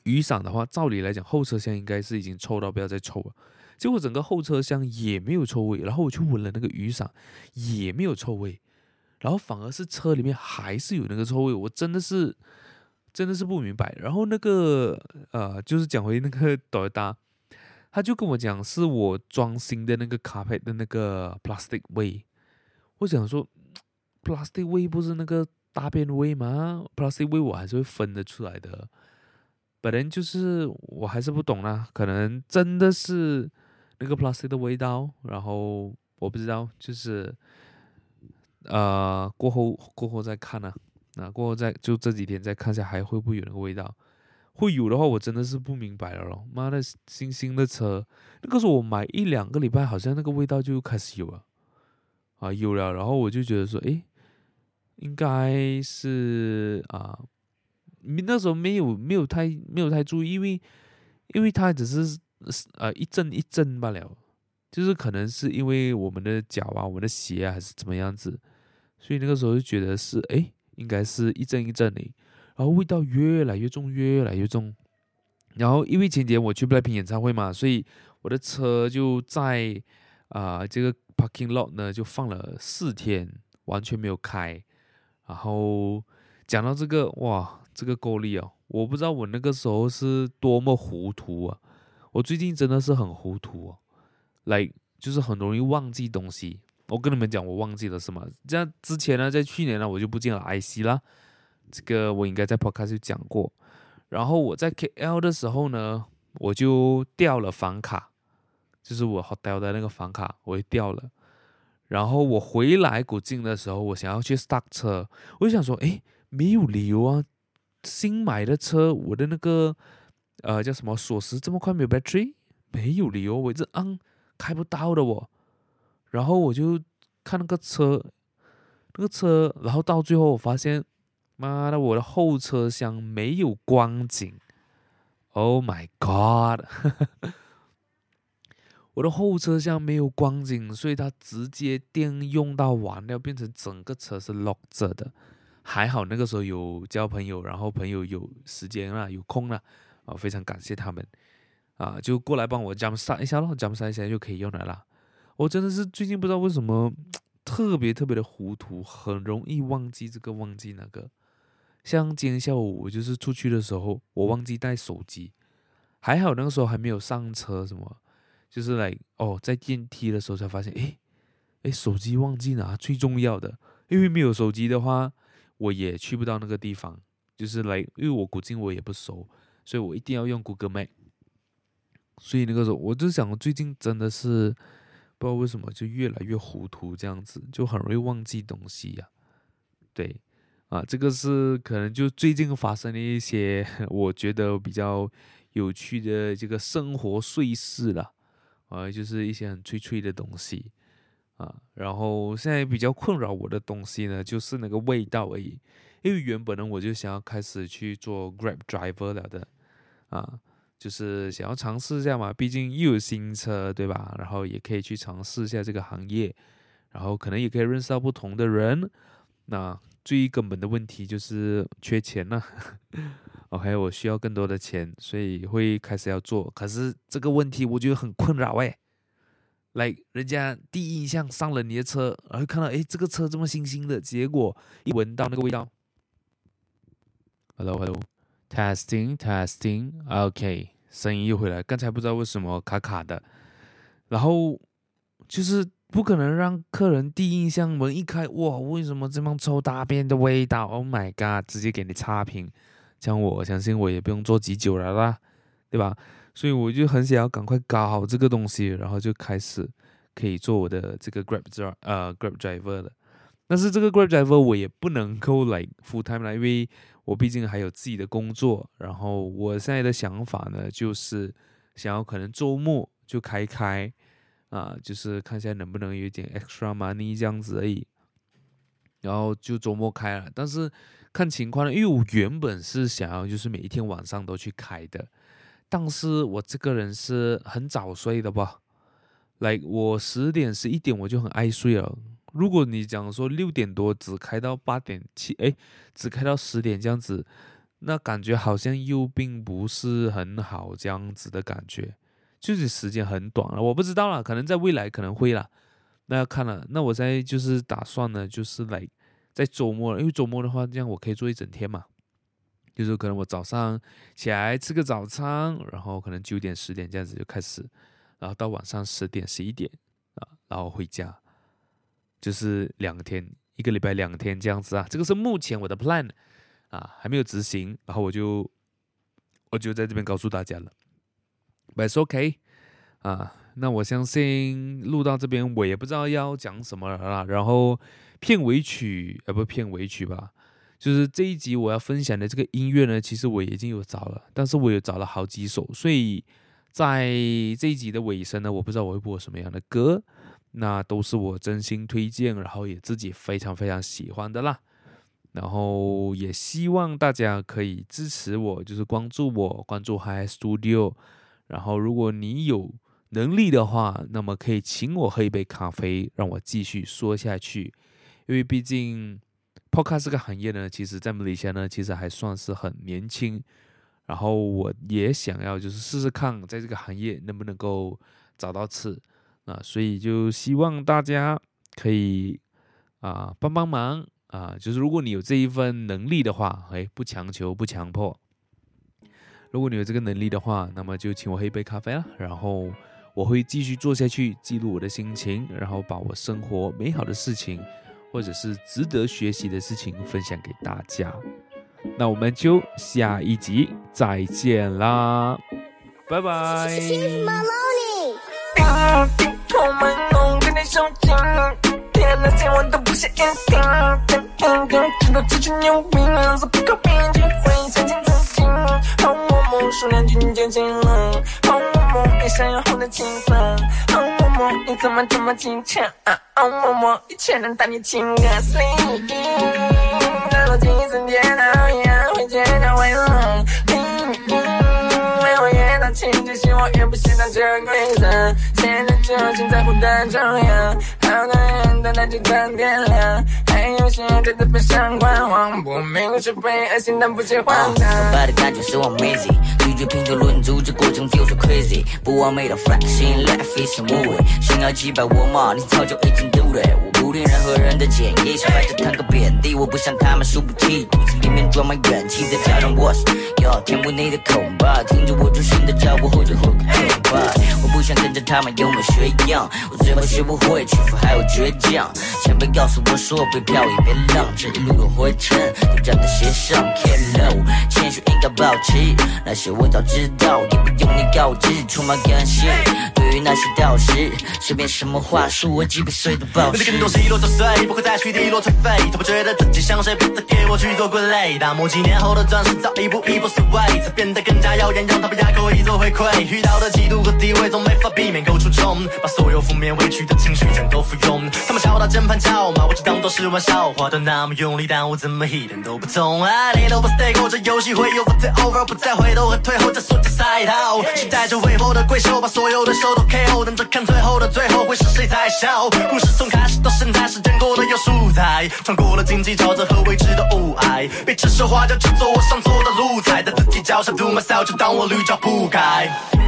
雨伞的话，照理来讲后车厢应该是已经臭到不要再臭了，结果整个后车厢也没有臭味，然后我去闻了那个雨伞也没有臭味，然后反而是车里面还是有那个臭味，我真的是不明白。然后那个就是讲回那个 Toyota，他就跟我讲是我装新的那个 carpet 的那个 plastic 味，我想说 plastic 味不是那个大便味吗？plastic 味我还是会分得出来的。本人就是我还是不懂啦，可能真的是那个 plastic 的味道，然后我不知道，就是过后再看啊，过后再就这几天再看一下还会不会有那个味道，会有的话我真的是不明白了咯。妈的，新新的车，那个时候我买1-2个礼拜，好像那个味道就开始有了有了，然后我就觉得说，诶，应该是那时候没有太注意，因为它只是一阵一阵罢了，就是可能是因为我们的脚我们的鞋还是怎么样子，所以那个时候就觉得是应该是一阵一阵的，然后味道越来越重，越来越重。然后因为前天我去 BLACKPINK 演唱会嘛，所以我的车就在这个 parking lot 呢就放了4天，完全没有开。然后讲到这个，哇，这个够力哦！我不知道我那个时候是多么糊涂啊！我最近真的是很糊涂哦，就是很容易忘记东西。我跟你们讲，我忘记了什么？这样之前呢，在去年呢，我就不进了 IC 啦。这个我应该在 podcast 就讲过。然后我在 KL 的时候呢，我就掉了房卡，就是我 hotel 的那个房卡，我也掉了。然后我回来古晋的时候，我想要去 start 车，我就想说，没有理由啊，新买的车，我的那个叫什么锁匙这么快没有 battery，没有理由，我一直开不到的我。然后我就看那个车，然后到最后我发现，妈的，我的后车厢没有光景，Oh my God！我的后车厢没有光景，所以它直接电用到完了，变成整个车是 lock 着的。还好那个时候有交朋友，然后朋友有时间啦，有空了，非常感谢他们就过来帮我 jump start 一下咯，jump start 一下就可以用了啦。我真的是最近不知道为什么特别特别的糊涂，很容易忘记这个忘记那个。像今天下午我就是出去的时候，我忘记带手机，还好那个时候还没有上车什么。就是在电梯的时候才发现，手机忘记拿最重要的，因为没有手机的话，我也去不到那个地方。就是因为我古晋我也不熟，所以我一定要用 Google Map。所以那个时候我就想，我最近真的是不知道为什么就越来越糊涂，这样子就很容易忘记东西呀。对这个是可能就最近发生的一些我觉得比较有趣的这个生活碎事了。就是一些很脆脆的东西然后现在比较困扰我的东西呢，就是那个味道而已。因为原本呢，我就想要开始去做 Grab driver 了的就是想要尝试一下嘛，毕竟又有新车，对吧？然后也可以去尝试一下这个行业，然后可能也可以认识到不同的人。那最根本的问题就是缺钱了OK，我需要更多的钱，所以会开始要做。可是这个问题我觉得很困扰人家第一印象上了你的车，然后看到这个车这么新新的，结果一闻到那个味道，Hello Hello，testing testing，OK，声音又回来。刚才不知道为什么卡卡的，然后就是不可能让客人第一印象门一开，哇，为什么这么臭大便的味道？Oh my god，直接给你差评。这样我相信我也不用做几久了啦，对吧？所以我就很想要赶快搞好这个东西，然后就开始可以做我的这个 Grab driver 了。但是这个 Grab driver 我也不能够来 full time 啦，因为我毕竟还有自己的工作。然后我现在的想法呢，就是想要可能周末就开就是看一下能不能有一点 extra money 这样子而已。然后就周末开了，但是看情况呢，因为我原本是想要就是每一天晚上都去开的，但是我这个人是很早睡的吧我10点11点我就很爱睡了。如果你讲说6点多只开到8点7，只开到10点这样子， 那感觉好像又并不是很好这样子的感觉，就是时间很短了，我不知道啦，可能在未来可能会啦，那要看了。那我现在就是打算呢，就是来在周末，因为周末的话，这样我可以做一整天嘛，就是可能我早上起来吃个早餐，然后可能9点10点这样子就开始，然后到晚上10点11点啊，然后回家，就是2天，一个礼拜2天这样子啊，这个是目前我的 plan 啊，还没有执行，然后我就在这边告诉大家了 ，but it's okay 啊，那我相信录到这边我也不知道要讲什么了啦，然后片尾曲不片尾曲吧。就是这一集我要分享的这个音乐呢，其实我已经有找了，但是我有找了好几首，所以在这一集的尾声呢，我不知道我会播什么样的歌，那都是我真心推荐，然后也自己非常非常喜欢的啦。然后也希望大家可以支持我，就是关注我，关注 Hi Studio。然后如果你有能力的话，那么可以请我喝一杯咖啡，让我继续说下去，因为毕竟。Podcast 这个行业呢，其实在马来西亚呢，其实还算是很年轻。然后我也想要就是试试看，在这个行业能不能够找到刺啊，所以就希望大家可以帮帮忙啊，就是如果你有这一份能力的话，不强求不强迫。如果你有这个能力的话，那么就请我喝一杯咖啡啦，然后我会继续做下去，记录我的心情，然后把我生活美好的事情。或者是值得学习的事情分享给大家，那我们就下一集再见啦，拜拜。数量均就进了，红摸摸，你想要红的青涩，红摸摸，你怎么这么坚强啊？红摸摸，一切能带你情歌 ，Sleep， 让我精神跌倒一样会觉得微冷，让我越到情就希望越不喜欢这规则，现在就请在乎的重要，好多人等待就等点亮。还有些对这边相关望不明是非恶心但不接荒唐崇拜的感觉是我 amazing 拒绝评头论足这过程就是 crazy 不完美的 fraction life is a movie 想要击败我吗你早就已经丢了我不听任何人的建议想摆着摊个遍地我不像他们输不起肚子里面装满怨气再加上我是要填补你的空白听着我追寻的脚步或者后个空白我不想跟着他们有没有学样我最后学不会屈服还有倔强前辈告诉我说别飘也别浪这一路的灰尘就站在鞋上 Get low 谦虚应该保持那些我早知道也不用你告知充满感谢对于那些导师身边什么话术我几百岁的暴食更多是一落作祟不会再去低落颓废他不觉得自己像谁别再给我去做归类大漠几年后的转世早一步一步思维才变得更加耀眼让他们哑口一做回馈遇到的嫉妒和地位总没法避免够出众把所有负面委屈的情绪全都附庸他们笑到键盘叫骂我只当作是玩笑话的那么用力但我怎么一点都不痛啊累了我 stay 够这游戏会有 the over 不再回头和退后再说这赛道期待着未后的归手把所有的手都 KO 等着看最后的最后会是谁在笑故事从开始到现在时间过得有数载穿过了荆棘沼泽和未知的雾霭被指手画脚只做我想做的路踩在自己脚下 do myself 就当我驴脚不改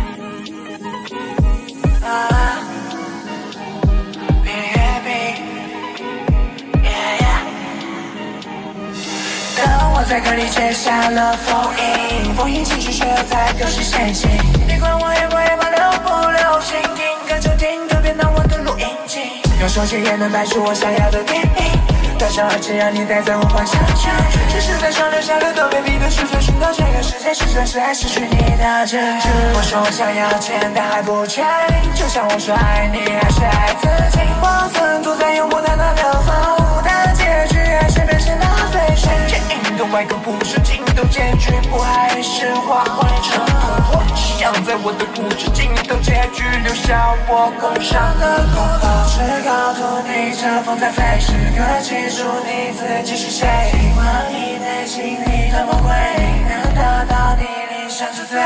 当我在歌里写下了封印情绪却又在丢失线性别管我也不会把流不流行听歌就听歌别当我的录音机用手写也能摆出我想要的电影多少耳机让你待在我幻想中只是在上留下的都被逼的试着寻找这个世界是真实还是虚拟的真实我说我想要钱但还不确定就像我说爱你还是爱自己我曾坐在永不淡淡的房屋的结局还是变成了废墟镜头外壳不是镜头结局不还是化为尘土我只想在我的故事镜头结局留下我工伤的骨头是高度逆着风在飞时刻记住你自己是谁希望你内心里的魔鬼能得到你理想之最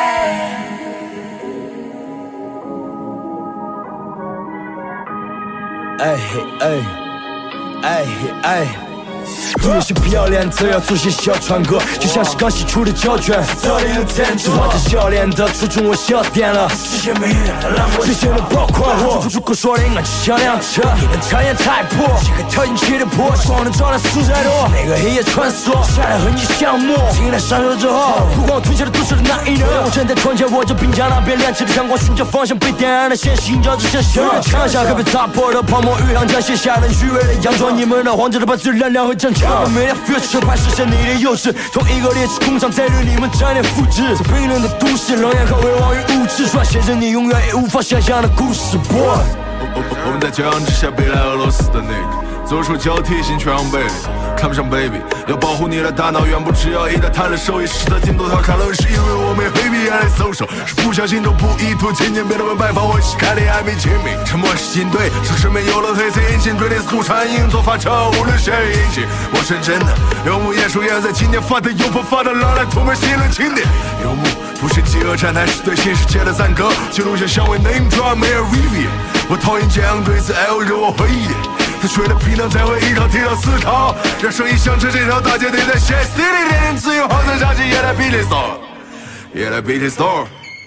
哎哎哎哎有些漂亮的要做些小传歌，就像是刚洗出的胶卷，早点有赞助。画着笑脸的初衷我笑点了，这些没人的让我实现了爆快活。如果说的俺就像辆车，你能超越太破，几个跳进去的破，光能照亮素材多。那个黑夜穿梭，下来和你相陌，听了上手之后，不管我吞下的都是的那一人。我站在窗前，望着滨江那边亮起的阳光，寻找方向，被点燃的线映照着真相。看下可被砸破的泡沫，与浪将卸下了虚伪的佯装，你们的皇者的把最亮亮会战场。我们要 future 怕实现你的幼稚，同一个劣质工厂在对你们沾点复制。在冰冷的都市，冷眼和为亡于物质，撰写着你永远也无法想象的故事。Boy， 我们在骄阳之下背来俄罗斯的那个。走出交替性全让背离，看不上 baby， 要保护你的大脑，远不只要一打他的手艺，使得镜头调侃了，是因为我没回避眼泪搜手，是不小心都不意图，渐渐变得白发，我是看脸还没亲密，沉默是进对，是身边有了黑色引擎，对立素产硬做发愁，无论谁引起，我是真的游牧鼹鼠也在今天发的又不发的浪来涂抹新的经典，游牧不是饥饿战台，是对新世界的赞歌，记录下香味 name drop 没有 review， 我讨厌这样对此 L 惹我回忆点。他吹的皮囊才会一套提到思考，让声音响彻这条大街，对在 shit city 连自由好像杀气也来 beat it store， 也来 beat it store。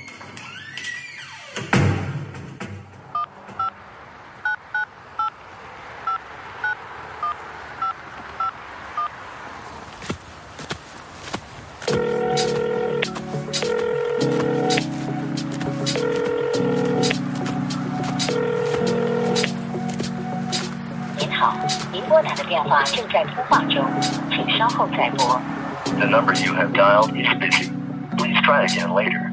拨打的电话正在通话中，请稍后再拨。 The number you have dialed is busy. Please try again later.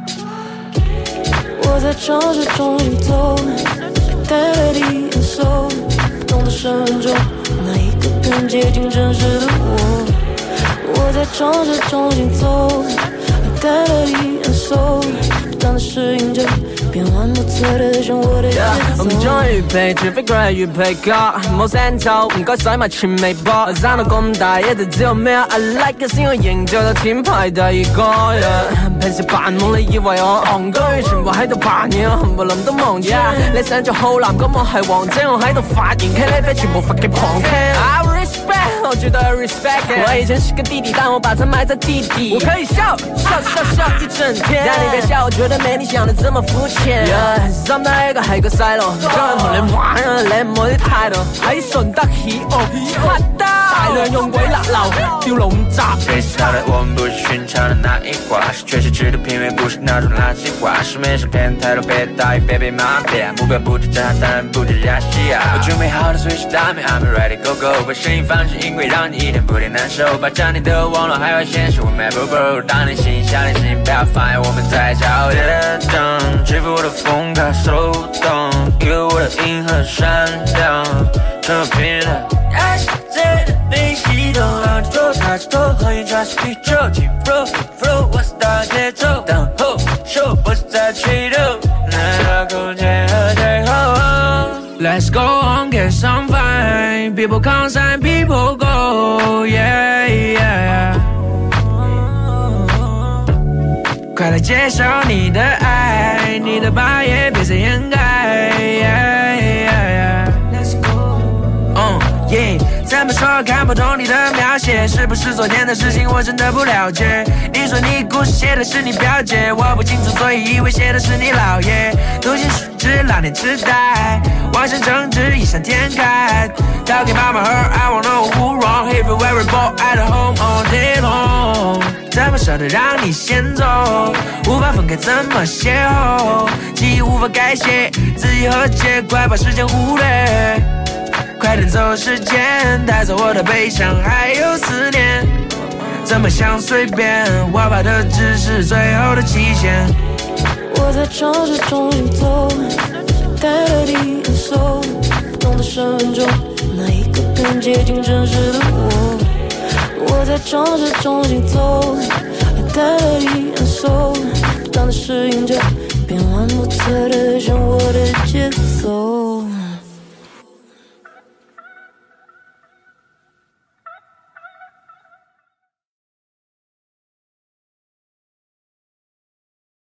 我在城市中游走 ，identity and soul， 不同的身份中，哪一个更接近真实的我？我在城市中行走 ，identity and soul， 不断的适应着。变幻莫测的生活的节奏。我唔中意配，除非佢係越配角，冇聲奏，唔該使埋全微博。生到咁大，一直只有咩 I like 嘅先可以營造到前排第二個人。平時扮懵，你以為我戇居，全部喺度扮嘢，我冚唪唥都忘記。你想做浩南，咁我係王者，我喺度發言，茄喱啡全部罰嘅旁聽。I respect， 我絕對 respect 嘅。我以前是個弟弟，但我把它埋在地底。我可以笑一整天，但你別笑，我覺得沒你想的這麼膚淺。心底一個係個細路，將人同你玩啊，你唔好啲態度，喺順德起屋，發得大量用鬼辣流，丟籠雜。 這次好的我們不是尋常的那一掛，是確實值得品味，不是那種垃圾話。市面上騙太多，別大意，別被罵騙，目標不止震撼，當然不止亞細亞。我準備好了隨時大面 ，I'm ready go go， 把聲音放進音軌，讓你一點不點難受，把佔你的網絡還有現實我 Maple Bro， 當你心下定心，不要發現我們在找燈，制服我的風格手動，因為我的銀河閃亮，成為平的愛是真的被洗動，讓你做他去做，和音抓是宇宙，進入 flow， 我是大節奏，等候秀，我是在吹頭，那個空間和最後。Let's go on, get some fun. People come and people go. Yeah, yeah. 快來接受你的愛，你的霸業別再掩蓋。Yeah, yeah. Let's go. Yeah. 怎麼說看不懂你的描寫，是不是昨天的事情我真的不了解。你說你故事寫的是你表姐，我不清楚所以以為寫的是你姥爺。讀心術知老年痴呆，妄想政治異想天開，打給媽媽和 I wanna know who wrong If you every boy at home all day long， 怎麼捨得讓你先走，無法分開怎麼邂逅，記憶無法改寫，自己和解，快把時間忽略，快點走時間，帶走我的悲傷還有思念，怎麼想隨便，我怕的只是最後的期限。 我在城市中行走 ，identity and soul， 不同的身份中，哪一個更接近真實的我？我在城市中行走 ，identity and soul， 不斷的適應着。